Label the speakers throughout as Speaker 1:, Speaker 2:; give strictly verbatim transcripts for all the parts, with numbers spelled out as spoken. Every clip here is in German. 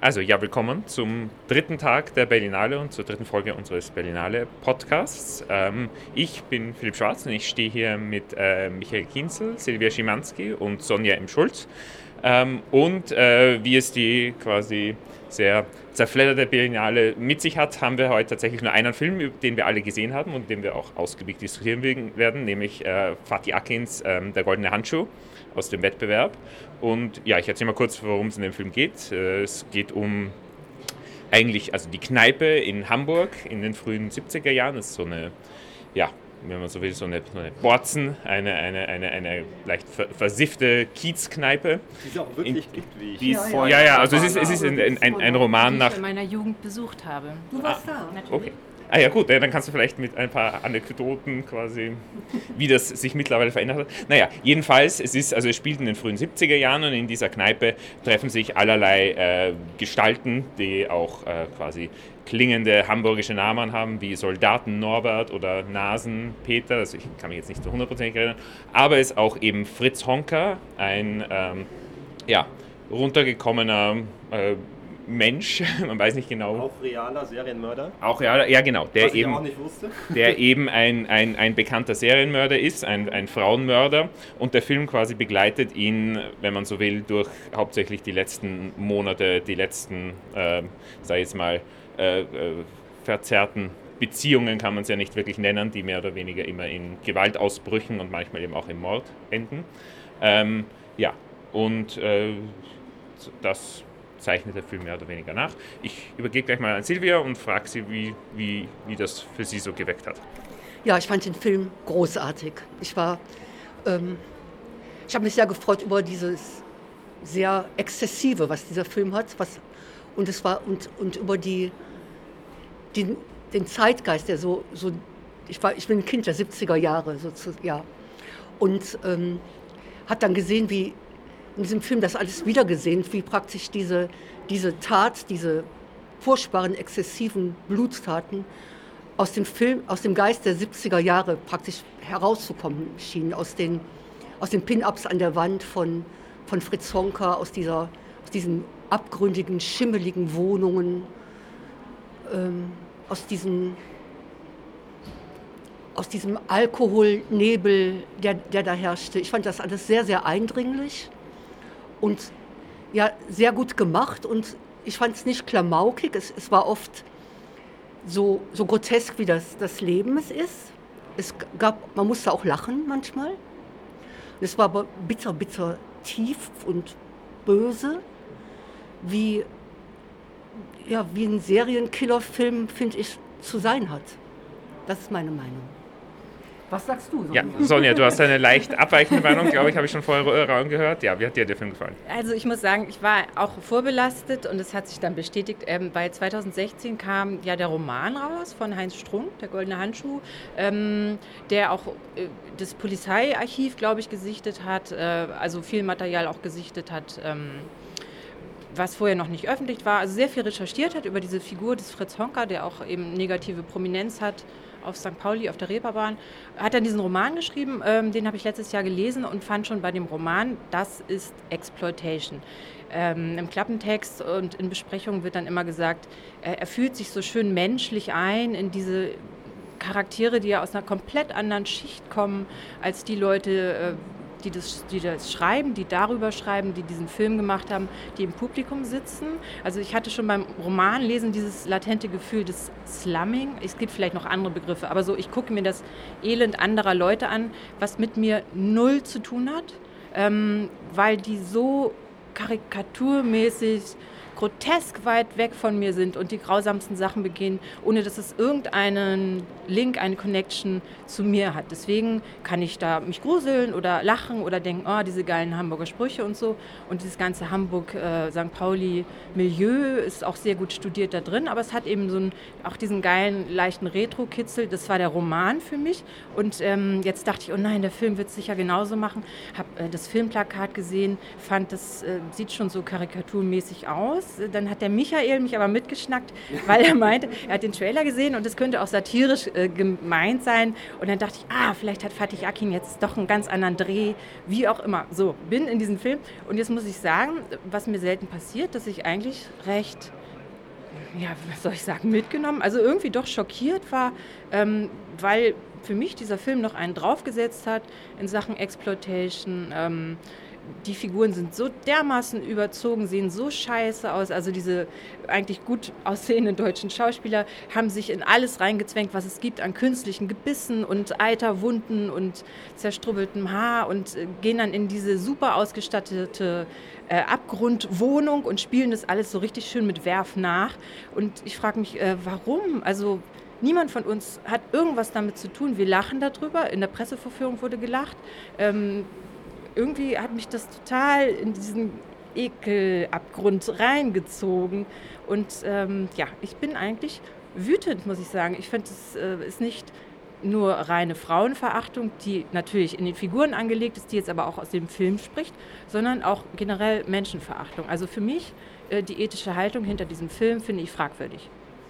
Speaker 1: Also ja, willkommen zum dritten Tag der Berlinale und zur dritten Folge unseres Berlinale Podcasts. Ähm, ich bin Philipp Schwarz und ich stehe hier mit äh, Michael Kienzel, Silvia Schimanski und Sonja M. Schulz. Ähm, und äh, wie es die quasi sehr zerfledderte Berlinale mit sich hat, haben wir heute tatsächlich nur einen Film, den wir alle gesehen haben und den wir auch ausgiebig diskutieren werden, nämlich äh, Fatih Akins äh, Der goldene Handschuh aus dem Wettbewerb. Und ja, ich erzähle mal kurz, worum es in dem Film geht. Es geht um eigentlich, also die Kneipe in Hamburg in den frühen siebziger Jahren. Das ist so eine, ja, wenn man so will, so eine, so eine Borzen, eine, eine, eine, eine leicht versiffte Kiezkneipe.
Speaker 2: Die es auch wirklich in, gibt, wie ich
Speaker 1: die es, ja, ja, ja, also es ist, es ist ein, ein, ein, ein Roman nach...
Speaker 3: Die ich in meiner Jugend besucht habe.
Speaker 4: Du warst da?
Speaker 3: Natürlich.
Speaker 1: Okay. Ah ja gut, dann kannst du vielleicht mit ein paar Anekdoten quasi, wie das sich mittlerweile verändert hat. Naja, jedenfalls, es ist, also es spielt in den frühen siebziger Jahren und in dieser Kneipe treffen sich allerlei äh, Gestalten, die auch äh, quasi klingende hamburgische Namen haben, wie Soldaten Norbert oder Nasen Peter, also ich kann mich jetzt nicht so hundertprozentig erinnern, aber es ist auch eben Fritz Honka, ein ähm, ja, runtergekommener äh, Mensch, man weiß nicht genau.
Speaker 2: Auch realer Serienmörder.
Speaker 1: Auch realer, ja genau. Der
Speaker 2: Was ich
Speaker 1: eben,
Speaker 2: auch nicht wusste.
Speaker 1: Der eben ein, ein, ein bekannter Serienmörder ist, ein, ein Frauenmörder. Und der Film quasi begleitet ihn, wenn man so will, durch hauptsächlich die letzten Monate, die letzten, äh, sag ich jetzt mal, äh, äh, verzerrten Beziehungen kann man es ja nicht wirklich nennen, die mehr oder weniger immer in Gewaltausbrüchen und manchmal eben auch im Mord enden. Ähm, ja, und äh, das zeichnet der Film mehr oder weniger nach. Ich übergebe gleich mal an Silvia und frage sie, wie, wie, wie das für sie so geweckt hat.
Speaker 4: Ja, ich fand den Film großartig. Ich war, ähm, ich habe mich sehr gefreut über dieses sehr Exzessive, was dieser Film hat, was, und es war und, und über die, die, den Zeitgeist, der so, so ich war, ich bin ein Kind der siebziger Jahre, so zu, ja, und ähm, hat dann gesehen, wie in diesem Film das alles wiedergesehen, wie praktisch diese, diese Tat, diese furchtbaren, exzessiven Bluttaten aus dem Film, aus dem Geist der siebziger Jahre praktisch herauszukommen schienen, aus den, aus den Pin-Ups an der Wand von, von Fritz Honka, aus, dieser, aus diesen abgründigen, schimmeligen Wohnungen, ähm, aus diesen aus diesem Alkoholnebel, der, der da herrschte. Ich fand das alles sehr, sehr eindringlich. Und ja, sehr gut gemacht und ich fand es nicht klamaukig, es, es war oft so, so grotesk, wie das, das Leben es ist. Es gab, man musste auch lachen manchmal. Es war aber bitter, bitter tief und böse, wie, ja, wie ein Serienkillerfilm, finde ich, zu sein hat. Das ist meine Meinung. Was sagst du, Sonja?
Speaker 1: Ja, Sonja, du hast eine leicht abweichende Meinung, glaube ich, habe ich schon vorher gehört. Ja, wie hat dir der Film gefallen?
Speaker 3: Also ich muss sagen, ich war auch vorbelastet und es hat sich dann bestätigt, ähm, weil zweitausendsechzehn kam ja der Roman raus von Heinz Strunk, Der goldene Handschuh, ähm, der auch äh, das Polizeiarchiv, glaube ich, gesichtet hat, äh, also viel Material auch gesichtet hat, ähm, was vorher noch nicht öffentlich war, also sehr viel recherchiert hat über diese Figur des Fritz Honka, der auch eben negative Prominenz hat auf Sankt Pauli, auf der Reeperbahn, hat dann diesen Roman geschrieben, ähm, den habe ich letztes Jahr gelesen und fand schon bei dem Roman, das ist Exploitation. Ähm, im Klappentext und in Besprechungen wird dann immer gesagt, äh, er fühlt sich so schön menschlich ein in diese Charaktere, die ja aus einer komplett anderen Schicht kommen, als die Leute, äh, Die das, die das schreiben, die darüber schreiben, die diesen Film gemacht haben, die im Publikum sitzen. Also ich hatte schon beim Romanlesen dieses latente Gefühl des Slumming. Es gibt vielleicht noch andere Begriffe, aber so, ich gucke mir das Elend anderer Leute an, was mit mir null zu tun hat, ähm, weil die so karikaturmäßig grotesk weit weg von mir sind und die grausamsten Sachen begehen, ohne dass es irgendeinen Link, eine Connection zu mir hat. Deswegen kann ich da mich gruseln oder lachen oder denken, oh, diese geilen Hamburger Sprüche und so. Und dieses ganze Hamburg-Sankt Pauli-Milieu ist auch sehr gut studiert da drin, aber es hat eben so einen, auch diesen geilen, leichten Retro-Kitzel. Das war der Roman für mich. Und ähm, jetzt dachte ich, oh nein, der Film wird es sicher genauso machen. Habe äh, das Filmplakat gesehen, fand, das äh, sieht schon so karikaturmäßig aus. raus. Dann hat der Michael mich aber mitgeschnackt, weil er meinte, er hat den Trailer gesehen und es könnte auch satirisch äh, gemeint sein. Und dann dachte ich, ah, vielleicht hat Fatih Akin jetzt doch einen ganz anderen Dreh, wie auch immer. So, bin in diesem Film und jetzt muss ich sagen, was mir selten passiert, dass ich eigentlich recht, ja, was soll ich sagen, mitgenommen, also irgendwie doch schockiert war, ähm, weil für mich dieser Film noch einen draufgesetzt hat in Sachen Exploitation. Ähm, die Figuren sind so dermaßen überzogen, sehen so scheiße aus. Also diese eigentlich gut aussehenden deutschen Schauspieler haben sich in alles reingezwängt, was es gibt an künstlichen Gebissen und Eiterwunden und zerstrubbeltem Haar und äh, gehen dann in diese super ausgestattete äh, Abgrundwohnung und spielen das alles so richtig schön mit Werf nach. Und ich frage mich, äh, warum? Also niemand von uns hat irgendwas damit zu tun. Wir lachen darüber. In der Pressevorführung wurde gelacht. Ähm, irgendwie hat mich das total in diesen Ekelabgrund reingezogen. Und ähm, ja, ich bin eigentlich wütend, muss ich sagen. Ich finde, es äh, ist nicht nur reine Frauenverachtung, die natürlich in den Figuren angelegt ist, die jetzt aber auch aus dem Film spricht, sondern auch generell Menschenverachtung. Also für mich, äh, die ethische Haltung hinter diesem Film finde ich fragwürdig.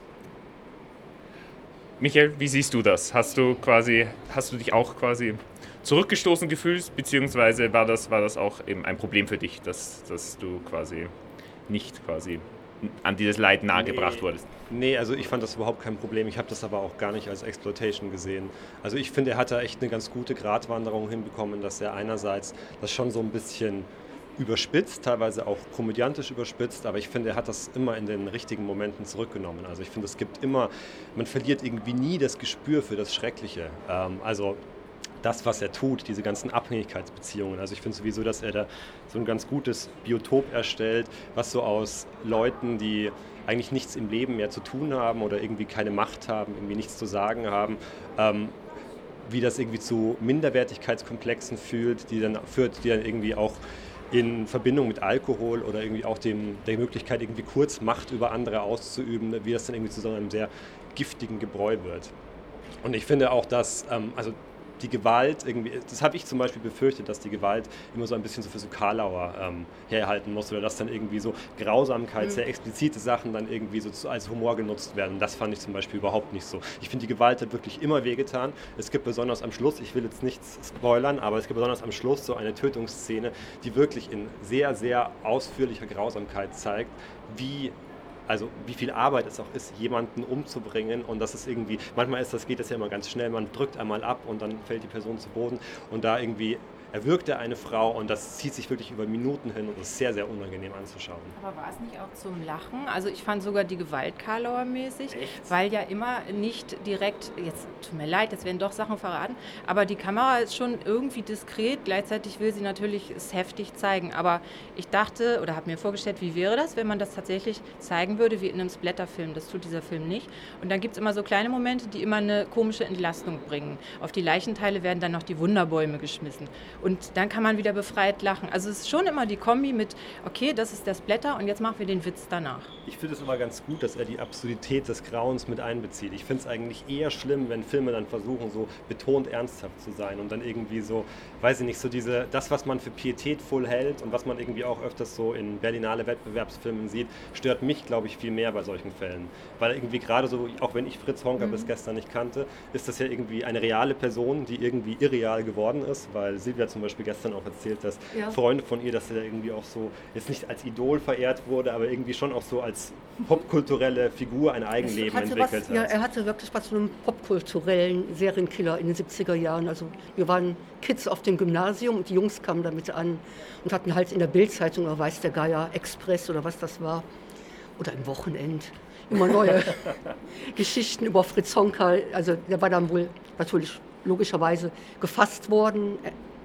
Speaker 1: Michael, wie siehst du das? Hast du quasi, hast du dich auch quasi zurückgestoßen gefühlt, beziehungsweise war das, war das auch eben ein Problem für dich, dass, dass du quasi nicht quasi an dieses Leid nahegebracht
Speaker 2: nee,
Speaker 1: wurdest?
Speaker 2: Nee, also ich fand das überhaupt kein Problem. Ich habe das aber auch gar nicht als Exploitation gesehen. Also ich finde, er hat da echt eine ganz gute Gratwanderung hinbekommen, dass er einerseits das schon so ein bisschen überspitzt, teilweise auch komödiantisch überspitzt, aber ich finde, er hat das immer in den richtigen Momenten zurückgenommen. Also ich finde, es gibt immer, man verliert irgendwie nie das Gespür für das Schreckliche. Ähm, also das, was er tut, diese ganzen Abhängigkeitsbeziehungen. Also ich finde sowieso, dass er da so ein ganz gutes Biotop erstellt, was so aus Leuten, die eigentlich nichts im Leben mehr zu tun haben oder irgendwie keine Macht haben, irgendwie nichts zu sagen haben, ähm, wie das irgendwie zu Minderwertigkeitskomplexen führt, die dann führt, die dann irgendwie auch in Verbindung mit Alkohol oder irgendwie auch dem, der Möglichkeit, irgendwie kurz Macht über andere auszuüben, wie das dann irgendwie zu so einem sehr giftigen Gebräu wird. Und ich finde auch, dass, ähm, also die Gewalt irgendwie, das habe ich zum Beispiel befürchtet, dass die Gewalt immer so ein bisschen so für so Karlauer ähm, herhalten muss oder dass dann irgendwie so Grausamkeit, mhm. sehr explizite Sachen dann irgendwie so zu, als Humor genutzt werden. Das fand ich zum Beispiel überhaupt nicht so. Ich finde, die Gewalt hat wirklich immer wehgetan. Es gibt besonders am Schluss, ich will jetzt nichts spoilern, aber es gibt besonders am Schluss so eine Tötungsszene, die wirklich in sehr, sehr ausführlicher Grausamkeit zeigt, wie Also wie viel Arbeit es auch ist, jemanden umzubringen und das ist irgendwie, manchmal ist das, geht das ja immer ganz schnell, man drückt einmal ab und dann fällt die Person zu Boden und da irgendwie erwürgt er eine Frau und das zieht sich wirklich über Minuten hin und ist sehr, sehr unangenehm anzuschauen.
Speaker 3: Aber war es nicht auch zum Lachen? Also ich fand sogar die Gewalt Karlauer-mäßig, weil ja immer nicht direkt, jetzt tut mir leid, jetzt werden doch Sachen verraten, aber die Kamera ist schon irgendwie diskret, gleichzeitig will sie natürlich es heftig zeigen, aber ich dachte oder habe mir vorgestellt, wie wäre das, wenn man das tatsächlich zeigen würde, wie in einem Splatterfilm, das tut dieser Film nicht und dann gibt es immer so kleine Momente, die immer eine komische Entlastung bringen. Auf die Leichenteile werden dann noch die Wunderbäume geschmissen. Und dann kann man wieder befreit lachen. Also es ist schon immer die Kombi mit, okay, das ist der Splatter und jetzt machen wir den Witz danach.
Speaker 2: Ich finde es immer ganz gut, dass er die Absurdität des Grauens mit einbezieht. Ich finde es eigentlich eher schlimm, wenn Filme dann versuchen, so betont ernsthaft zu sein und dann irgendwie so, weiß ich nicht, so diese, das, was man für pietätvoll hält und was man irgendwie auch öfters so in Berlinale Wettbewerbsfilmen sieht, stört mich, glaube ich, viel mehr bei solchen Fällen. Weil irgendwie gerade so, auch wenn ich Fritz Honka mhm. bis gestern nicht kannte, ist das ja irgendwie eine reale Person, die irgendwie irreal geworden ist, weil Silvia zum Beispiel gestern auch erzählt, dass ja. Freunde von ihr, dass er irgendwie auch so, jetzt nicht als Idol verehrt wurde, aber irgendwie schon auch so als popkulturelle Figur ein Eigenleben entwickelt
Speaker 4: was,
Speaker 2: hat.
Speaker 4: Ja, er hatte wirklich was von einem popkulturellen Serienkiller in den siebziger Jahren. Also wir waren Kids auf dem Gymnasium und die Jungs kamen damit an und hatten halt in der Bildzeitung oder weiß der Geier Express oder was das war oder im Wochenend immer neue Geschichten über Fritz Honka. Also der war dann wohl natürlich logischerweise gefasst worden,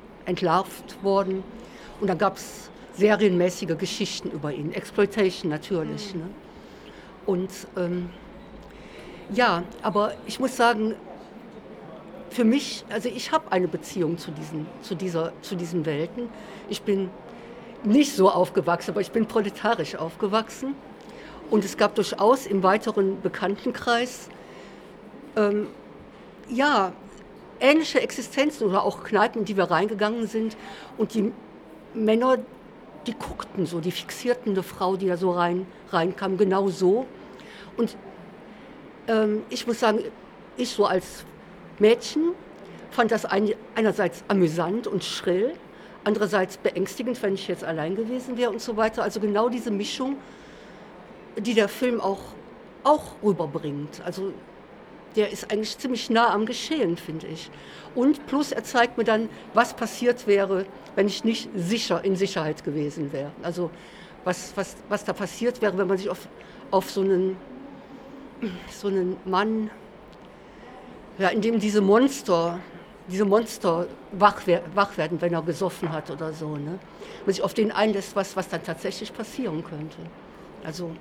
Speaker 4: entlarvt worden und dann gab es serienmäßige Geschichten über ihn, Exploitation natürlich. Mhm. Ne? Und ähm, ja, aber ich muss sagen, für mich, also ich habe eine Beziehung zu diesen, zu dieser, zu diesen Welten. Ich bin nicht so aufgewachsen, aber ich bin proletarisch aufgewachsen und es gab durchaus im weiteren Bekanntenkreis ähm, ja, ähnliche Existenzen oder auch Kneipen, in die wir reingegangen sind und die Männer, die guckten so, die fixierten eine Frau, die da so rein, reinkam, genau so. Und ähm, ich muss sagen, ich so als Mädchen fand das ein, einerseits amüsant und schrill, andererseits beängstigend, wenn ich jetzt allein gewesen wäre und so weiter. Also genau diese Mischung, die der Film auch, auch rüberbringt. Also der ist eigentlich ziemlich nah am Geschehen, finde ich. Und plus er zeigt mir dann, was passiert wäre, wenn ich nicht sicher in Sicherheit gewesen wäre. Also was, was, was da passiert wäre, wenn man sich auf, auf so einen, so einen Mann, ja, in dem diese Monster, diese Monster wach, wer, wach werden, wenn er gesoffen hat oder so. Ne? Man sich auf den einlässt, was, was dann tatsächlich passieren könnte. Also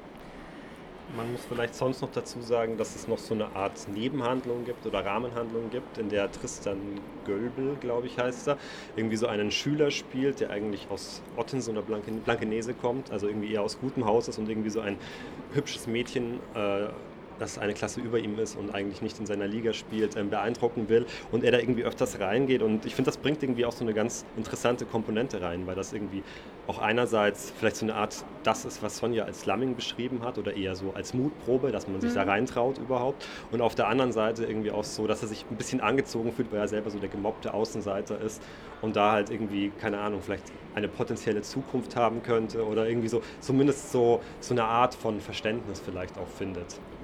Speaker 2: man muss vielleicht sonst noch dazu sagen, dass es noch so eine Art Nebenhandlung gibt oder Rahmenhandlung gibt, in der Tristan Gölbel, glaube ich, heißt er, irgendwie so einen Schüler spielt, der eigentlich aus Ottensen oder Blanken- Blankenese kommt, also irgendwie eher aus gutem Haus ist und irgendwie so ein hübsches Mädchen, äh, das eine Klasse über ihm ist und eigentlich nicht in seiner Liga spielt, ähm, beeindrucken will und er da irgendwie öfters reingeht und ich finde, das bringt irgendwie auch so eine ganz interessante Komponente rein, weil das irgendwie auch einerseits vielleicht so eine Art das ist, was Sonja als Slumming beschrieben hat oder eher so als Mutprobe, dass man sich mhm. da reintraut überhaupt und auf der anderen Seite irgendwie auch so, dass er sich ein bisschen angezogen fühlt, weil er selber so der gemobbte Außenseiter ist und da halt irgendwie, keine Ahnung, vielleicht eine potenzielle Zukunft haben könnte oder irgendwie so, zumindest so, so eine Art von Verständnis vielleicht auch findet.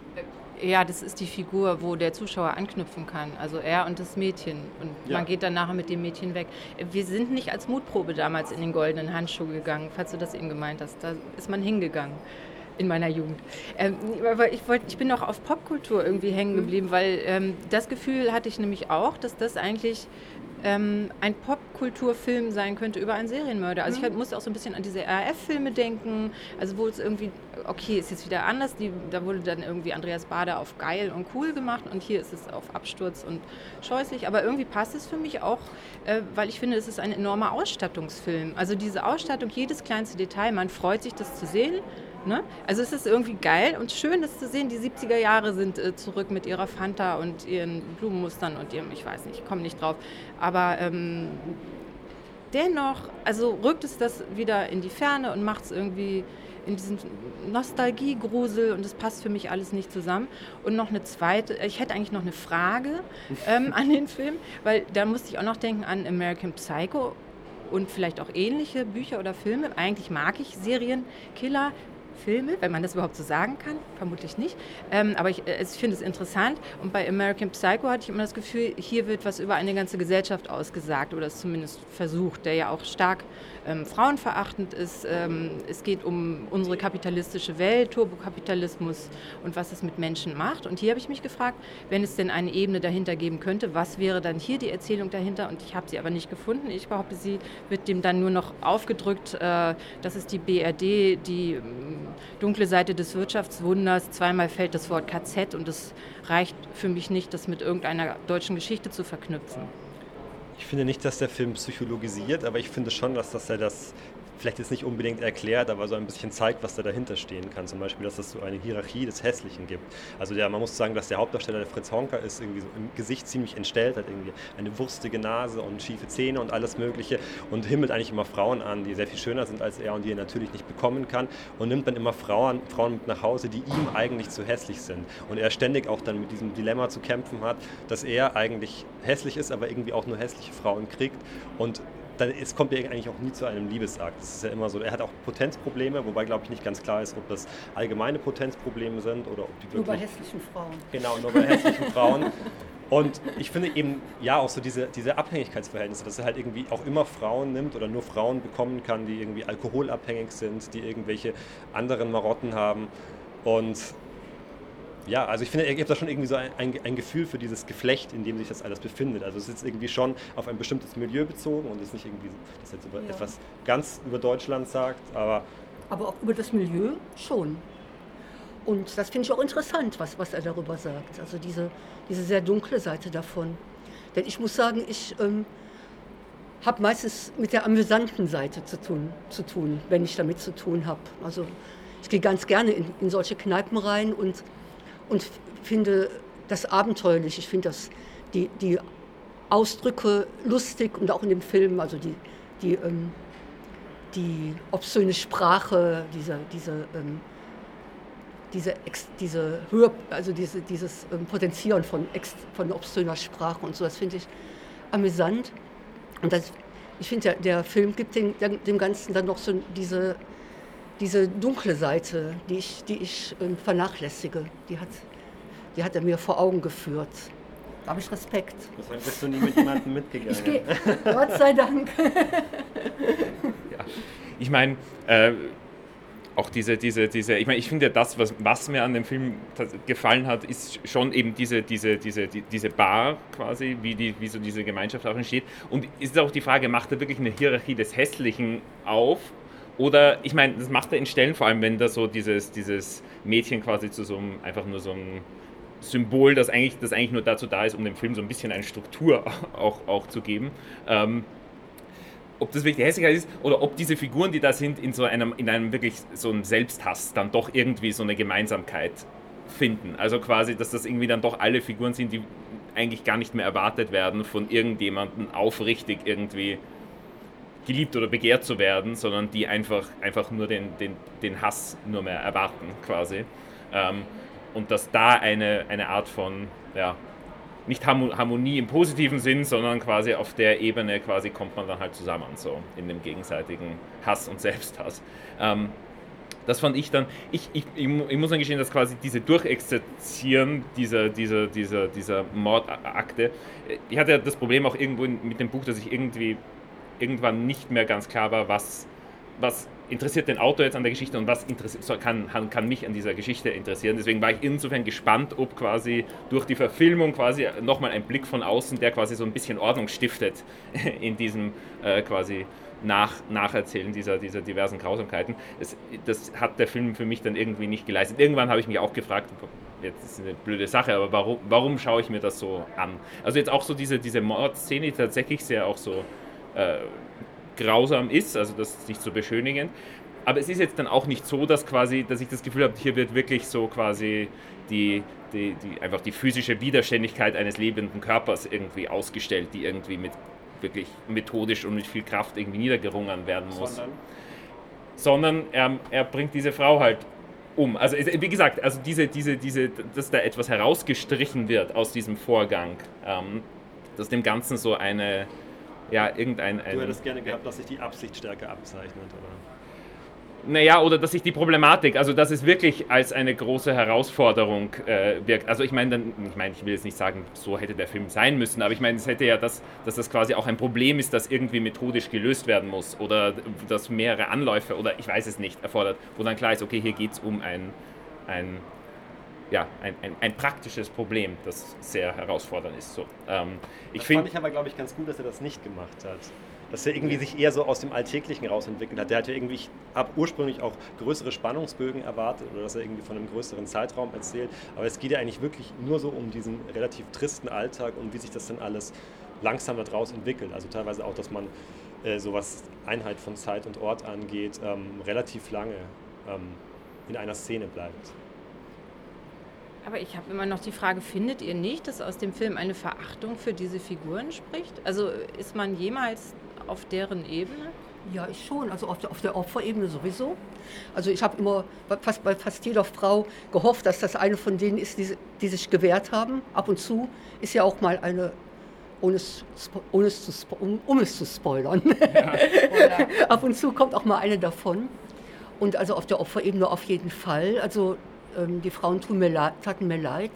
Speaker 3: Ja, das ist die Figur, wo der Zuschauer anknüpfen kann. Also er und das Mädchen. Und ja. man geht dann nachher mit dem Mädchen weg. Wir sind nicht als Mutprobe damals in den goldenen Handschuh gegangen, falls du das eben gemeint hast. Da ist man hingegangen in meiner Jugend. Ähm, aber ich, wollt, ich bin noch auf Popkultur irgendwie hängen geblieben, weil ähm, das Gefühl hatte ich nämlich auch, dass das eigentlich ähm, ein Popkulturfilm sein könnte über einen Serienmörder. Also mhm. ich musste auch so ein bisschen an diese R A F-Filme denken, also wo es irgendwie, okay, ist jetzt wieder anders, die, da wurde dann irgendwie Andreas Baader auf geil und cool gemacht und hier ist es auf Absturz und scheußlich, aber irgendwie passt es für mich auch, äh, weil ich finde, es ist ein enormer Ausstattungsfilm. Also diese Ausstattung, jedes kleinste Detail, man freut sich, das zu sehen. Ne? Also es ist irgendwie geil und schön, das zu sehen. Die siebziger Jahre sind äh, zurück mit ihrer Fanta und ihren Blumenmustern und ihrem, ich weiß nicht, ich komme nicht drauf. Aber ähm, dennoch, also rückt es das wieder in die Ferne und macht es irgendwie in diesen Nostalgiegrusel und das passt für mich alles nicht zusammen. Und noch eine zweite, ich hätte eigentlich noch eine Frage ähm, an den Film, weil da musste ich auch noch denken an American Psycho und vielleicht auch ähnliche Bücher oder Filme. Eigentlich mag ich Serienkiller, Filme, wenn man das überhaupt so sagen kann, vermutlich nicht. Ähm, aber ich, ich finde es interessant. Und bei American Psycho hatte ich immer das Gefühl, hier wird was über eine ganze Gesellschaft ausgesagt oder es zumindest versucht, der ja auch stark ähm, frauenverachtend ist. Ähm, es geht um unsere kapitalistische Welt, Turbokapitalismus und was es mit Menschen macht. Und hier habe ich mich gefragt, wenn es denn eine Ebene dahinter geben könnte, was wäre dann hier die Erzählung dahinter? Und ich habe sie aber nicht gefunden. Ich behaupte, sie wird dem dann nur noch aufgedrückt. Äh, das ist die B R D, die dunkle Seite des Wirtschaftswunders. Zweimal fällt das Wort K Z und es reicht für mich nicht, das mit irgendeiner deutschen Geschichte zu verknüpfen.
Speaker 2: Ich finde nicht, dass der Film psychologisiert, aber ich finde schon, dass, dass er das vielleicht jetzt nicht unbedingt erklärt, aber so ein bisschen zeigt, was da dahinter stehen kann. Zum Beispiel, dass es so eine Hierarchie des Hässlichen gibt. Also der, man muss sagen, dass der Hauptdarsteller, der Fritz Honka, ist irgendwie so im Gesicht ziemlich entstellt, hat irgendwie eine wurstige Nase und schiefe Zähne und alles Mögliche und himmelt eigentlich immer Frauen an, die sehr viel schöner sind als er und die er natürlich nicht bekommen kann und nimmt dann immer Frauen, Frauen mit nach Hause, die ihm eigentlich zu hässlich sind. Und er ständig auch dann mit diesem Dilemma zu kämpfen hat, dass er eigentlich hässlich ist, aber irgendwie auch nur hässliche Frauen kriegt und dann es kommt ja eigentlich auch nie zu einem Liebesakt. Das ist ja immer so, er hat auch Potenzprobleme, wobei, glaube ich, nicht ganz klar ist, ob das allgemeine Potenzprobleme sind oder ob die wirklich...
Speaker 4: Nur bei hässlichen Frauen.
Speaker 2: Genau, nur bei hässlichen Frauen. Und ich finde eben, ja, auch so diese, diese Abhängigkeitsverhältnisse, dass er halt irgendwie auch immer Frauen nimmt oder nur Frauen bekommen kann, die irgendwie alkoholabhängig sind, die irgendwelche anderen Marotten haben und... Ja, also ich finde, er gibt da schon irgendwie so ein, ein, ein Gefühl für dieses Geflecht, in dem sich das alles befindet. Also es ist jetzt irgendwie schon auf ein bestimmtes Milieu bezogen und ist nicht irgendwie, das jetzt über ja. etwas ganz über Deutschland sagt, aber...
Speaker 4: Aber auch über das Milieu schon. Und das finde ich auch interessant, was, was er darüber sagt. Also diese, diese sehr dunkle Seite davon. Denn ich muss sagen, ich ähm, habe meistens mit der amüsanten Seite zu tun, zu tun, wenn ich damit zu tun habe. Also ich gehe ganz gerne in, in solche Kneipen rein und und finde das abenteuerlich. Ich finde das die, die Ausdrücke lustig und auch in dem Film, also die, die, ähm, die obszöne Sprache, diese, diese, ähm, diese, Ex, diese Höhe, also diese, dieses ähm, Potenzieren von, Ex, von obszöner Sprache und so, das finde ich amüsant. Und das, ich finde, der, der Film gibt dem, dem Ganzen dann noch so diese, diese dunkle Seite, die ich, die ich ähm, vernachlässige. Die hat, die hat er mir vor Augen geführt. Da habe ich Respekt.
Speaker 2: Deshalb bist du nie mit jemandem mitgegangen.
Speaker 4: Ich gehe, Gott sei Dank.
Speaker 1: Ja. Ich meine, äh, auch diese, diese, diese, ich meine, ich finde, das, was, was mir an dem Film gefallen hat, ist schon eben diese, diese, diese, die, diese Bar quasi, wie, die, wie so diese Gemeinschaft auch entsteht. Und ist auch die Frage, macht er wirklich eine Hierarchie des Hässlichen auf? Oder, ich meine, das macht er in Stellen, vor allem wenn da so dieses, dieses Mädchen quasi zu so einem, einfach nur so einem Symbol, das eigentlich, das eigentlich nur dazu da ist, um dem Film so ein bisschen eine Struktur auch, auch zu geben. Ähm, ob das wirklich Hässlichkeit ist oder ob diese Figuren, die da sind, in so einem, in einem wirklich so einem Selbsthass dann doch irgendwie so eine Gemeinsamkeit finden. Also quasi, dass das irgendwie dann doch alle Figuren sind, die eigentlich gar nicht mehr erwartet werden, von irgendjemandem aufrichtig irgendwie geliebt oder begehrt zu werden, sondern die einfach, einfach nur den, den, den Hass nur mehr erwarten quasi. Ähm, und dass da eine, eine Art von, ja, nicht Harmonie im positiven Sinn, sondern quasi auf der Ebene quasi kommt man dann halt zusammen, so in dem gegenseitigen Hass und Selbsthass. Ähm, das fand ich dann, ich, ich, ich, ich muss dann gestehen, dass quasi diese Durchexerzieren dieser, dieser, dieser, dieser Mordakte, ich hatte ja das Problem auch irgendwo mit dem Buch, dass ich irgendwie irgendwann nicht mehr ganz klar war, was, was interessiert den Autor jetzt an der Geschichte und was kann, kann mich an dieser Geschichte interessieren. Deswegen war ich insofern gespannt, ob quasi durch die Verfilmung quasi nochmal ein Blick von außen, der quasi so ein bisschen Ordnung stiftet in diesem äh, quasi Nach, Nacherzählen dieser, dieser diversen Grausamkeiten. Das, das hat der Film für mich dann irgendwie nicht geleistet. Irgendwann habe ich mich auch gefragt, jetzt ist eine blöde Sache, aber warum, warum schaue ich mir das so an? Also jetzt auch so diese, diese Mordszene, die tatsächlich sehr auch so äh, grausam ist, also das ist nicht so beschönigend, aber es ist jetzt dann auch nicht so, dass quasi, dass ich das Gefühl habe, hier wird wirklich so quasi die, die, die einfach die physische Widerständigkeit eines lebenden Körpers irgendwie ausgestellt, die irgendwie mit wirklich methodisch und mit viel Kraft irgendwie niedergerungen werden muss. Sondern, Sondern er, er bringt diese Frau halt um. Also wie gesagt, also diese, diese, diese, dass da etwas herausgestrichen wird aus diesem Vorgang, ähm, dass dem Ganzen so eine ja, irgendein... Ein,
Speaker 2: du hättest gerne gehabt, dass sich die Absicht stärker abzeichnet, oder?
Speaker 1: Naja, oder dass sich die Problematik, also dass es wirklich als eine große Herausforderung äh, wirkt. Also ich meine, dann, ich meine, ich will jetzt nicht sagen, so hätte der Film sein müssen, aber ich meine, es hätte ja das, dass das quasi auch ein Problem ist, das irgendwie methodisch gelöst werden muss oder das mehrere Anläufe oder ich weiß es nicht erfordert, wo dann klar ist, okay, hier geht es um ein, ein ja, ein, ein, ein praktisches Problem, das sehr herausfordernd ist. So, ähm, ich
Speaker 2: das
Speaker 1: find,
Speaker 2: fand ich aber, glaube ich, ganz gut, dass er das nicht gemacht hat. Dass er irgendwie sich eher so aus dem Alltäglichen rausentwickelt hat. Der hat ja irgendwie ab ursprünglich auch größere Spannungsbögen erwartet oder dass er irgendwie von einem größeren Zeitraum erzählt. Aber es geht ja eigentlich wirklich nur so um diesen relativ tristen Alltag und wie sich das dann alles langsam daraus entwickelt. Also teilweise auch, dass man äh, so was Einheit von Zeit und Ort angeht, ähm, relativ lange ähm, in einer Szene bleibt.
Speaker 3: Aber ich habe immer noch die Frage, findet ihr nicht, dass aus dem Film eine Verachtung für diese Figuren spricht? Also ist man jemals auf deren Ebene?
Speaker 4: Ja, ich schon. Also auf der, auf der Opferebene sowieso. Also ich habe immer fast bei fast jeder Frau gehofft, dass das eine von denen ist, die, die sich gewehrt haben. Ab und zu ist ja auch mal eine, ohne es, ohne es zu, um, um es zu spoilern, ja, ab und zu kommt auch mal eine davon. Und also auf der Opferebene auf jeden Fall. Also die Frauen tun mir leid, taten mir leid.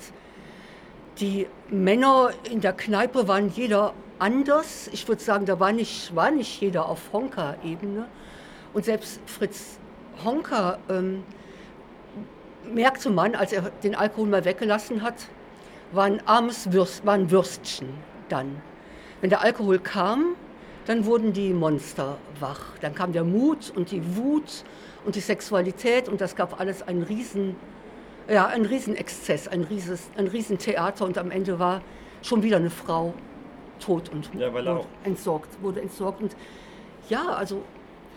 Speaker 4: Die Männer in der Kneipe waren jeder anders. Ich würde sagen, da war nicht, war nicht jeder auf Honka-Ebene. Und selbst Fritz Honka ähm, merkte man, als er den Alkohol mal weggelassen hat, war ein armes Würst, war ein Würstchen dann. Wenn der Alkohol kam, dann wurden die Monster wach. Dann kam der Mut und die Wut und die Sexualität und das gab alles einen riesen Ja, ein Riesenexzess, ein, Rieses, ein Riesentheater und am Ende war schon wieder eine Frau tot und
Speaker 2: ja, weil
Speaker 4: wurde,
Speaker 2: auch
Speaker 4: entsorgt, wurde entsorgt. Und ja, also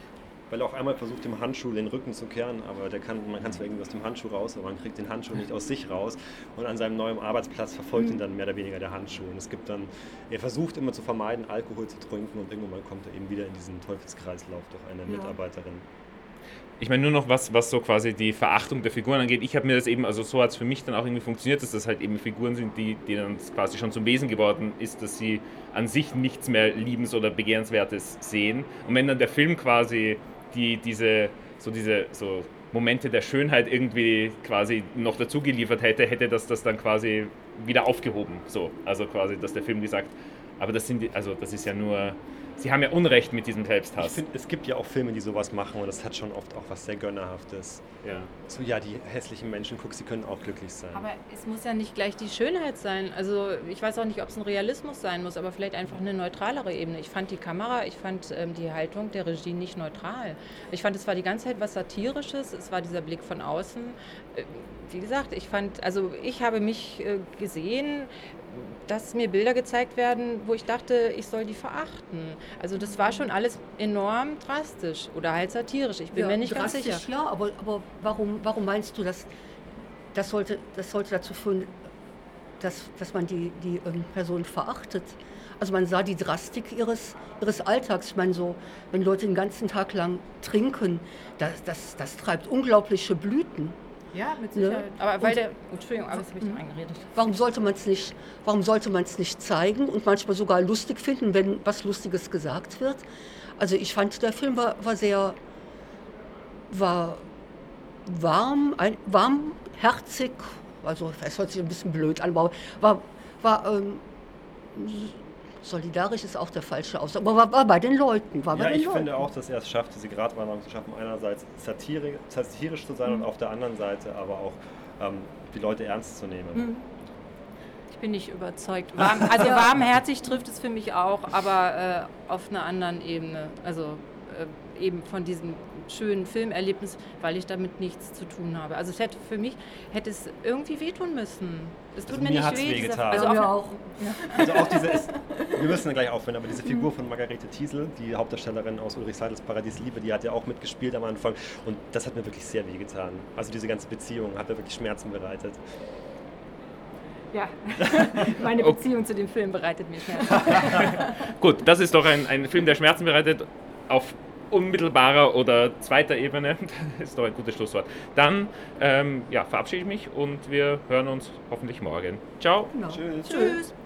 Speaker 2: weil er auch einmal versucht, dem Handschuh den Rücken zu kehren, aber der kann, man kann zwar irgendwie aus dem Handschuh raus, aber man kriegt den Handschuh nicht aus sich raus und an seinem neuen Arbeitsplatz verfolgt ihn dann mehr oder weniger der Handschuh und es gibt dann, er versucht immer zu vermeiden, Alkohol zu trinken und irgendwann kommt er eben wieder in diesen Teufelskreislauf durch eine ja. Mitarbeiterin.
Speaker 1: Ich meine nur noch was, was so quasi die Verachtung der Figuren angeht. Ich habe mir das eben, also so hat es für mich dann auch irgendwie funktioniert, dass das halt eben Figuren sind, die, die dann quasi schon zum Wesen geworden ist, dass sie an sich nichts mehr Liebens- oder Begehrenswertes sehen. Und wenn dann der Film quasi die, diese, so diese so Momente der Schönheit irgendwie quasi noch dazu geliefert hätte, hätte das das dann quasi wieder aufgehoben. So, also quasi, dass der Film gesagt, aber das sind, also das ist ja nur... Sie haben ja Unrecht mit diesem Selbsthass.
Speaker 2: Ich finde, es gibt ja auch Filme, die sowas machen und das hat schon oft auch was sehr Gönnerhaftes.
Speaker 1: Ja.
Speaker 2: So, ja, die hässlichen Menschen, guck, sie können auch glücklich sein.
Speaker 3: Aber es muss ja nicht gleich die Schönheit sein. Also ich weiß auch nicht, ob es ein Realismus sein muss, aber vielleicht einfach eine neutralere Ebene. Ich fand die Kamera, ich fand ähm, die Haltung der Regie nicht neutral. Ich fand, es war die ganze Zeit was Satirisches, es war dieser Blick von außen. Äh, wie gesagt, ich fand, also ich habe mich äh, gesehen, dass mir Bilder gezeigt werden, wo ich dachte, ich soll die verachten. Also das war schon alles enorm drastisch oder halt satirisch. Ich bin
Speaker 4: ja,
Speaker 3: mir nicht ganz sicher.
Speaker 4: Ja, aber, aber warum, warum meinst du, dass das sollte, das sollte dazu führen, dass, dass man die, die ähm, Person verachtet? Also man sah die Drastik ihres, ihres Alltags. Ich meine so, wenn Leute den ganzen Tag lang trinken, das, das, das treibt unglaubliche Blüten.
Speaker 3: Ja, mit Sicherheit.
Speaker 4: Ne?
Speaker 3: Aber weil
Speaker 4: und,
Speaker 3: der, Entschuldigung, aber das habe ich eingeredet.
Speaker 4: Warum sollte man es nicht, warum sollte man es nicht zeigen und manchmal sogar lustig finden, wenn was Lustiges gesagt wird? Also ich fand, der Film war, war sehr, war warm, ein, warmherzig, also es hört sich ein bisschen blöd an, aber war, war ähm, solidarisch ist auch der falsche Ausdruck, aber war, war bei den Leuten. War bei
Speaker 2: ja,
Speaker 4: den
Speaker 2: ich
Speaker 4: Leuten.
Speaker 2: finde auch, dass er es schafft, diese Gratwanderung zu schaffen, einerseits satiri- satirisch zu sein mhm. und auf der anderen Seite aber auch ähm, die Leute ernst zu nehmen.
Speaker 3: Mhm. Ich bin nicht überzeugt. Warm, also warmherzig trifft es für mich auch, aber äh, auf einer anderen Ebene. Also äh, eben von diesem schönen Filmerlebnis, weil ich damit nichts zu tun habe. Also es hätte für mich, hätte es irgendwie wehtun müssen. Es tut
Speaker 2: also
Speaker 3: mir,
Speaker 2: mir
Speaker 3: nicht
Speaker 2: hat's
Speaker 3: weh.
Speaker 2: wehgetan.
Speaker 3: Also
Speaker 4: ja,
Speaker 3: auch,
Speaker 4: auch.
Speaker 3: Ja.
Speaker 2: Also auch diese, ist, wir müssen dann gleich aufhören, aber diese Figur von Margarete Thiesel, die Hauptdarstellerin aus Ulrich Seidels Paradies Liebe, die hat ja auch mitgespielt am Anfang und das hat mir wirklich sehr wehgetan. Also diese ganze Beziehung hat mir wirklich Schmerzen bereitet.
Speaker 3: Ja, meine Beziehung zu dem Film bereitet mir Schmerzen.
Speaker 1: Gut, das ist doch ein, ein Film, der Schmerzen bereitet auf unmittelbarer oder zweiter Ebene. Das ist doch ein gutes Schlusswort. Dann ähm, ja, verabschiede ich mich und wir hören uns hoffentlich morgen. Ciao.
Speaker 4: Genau.
Speaker 2: Tschüss.
Speaker 3: Tschüss.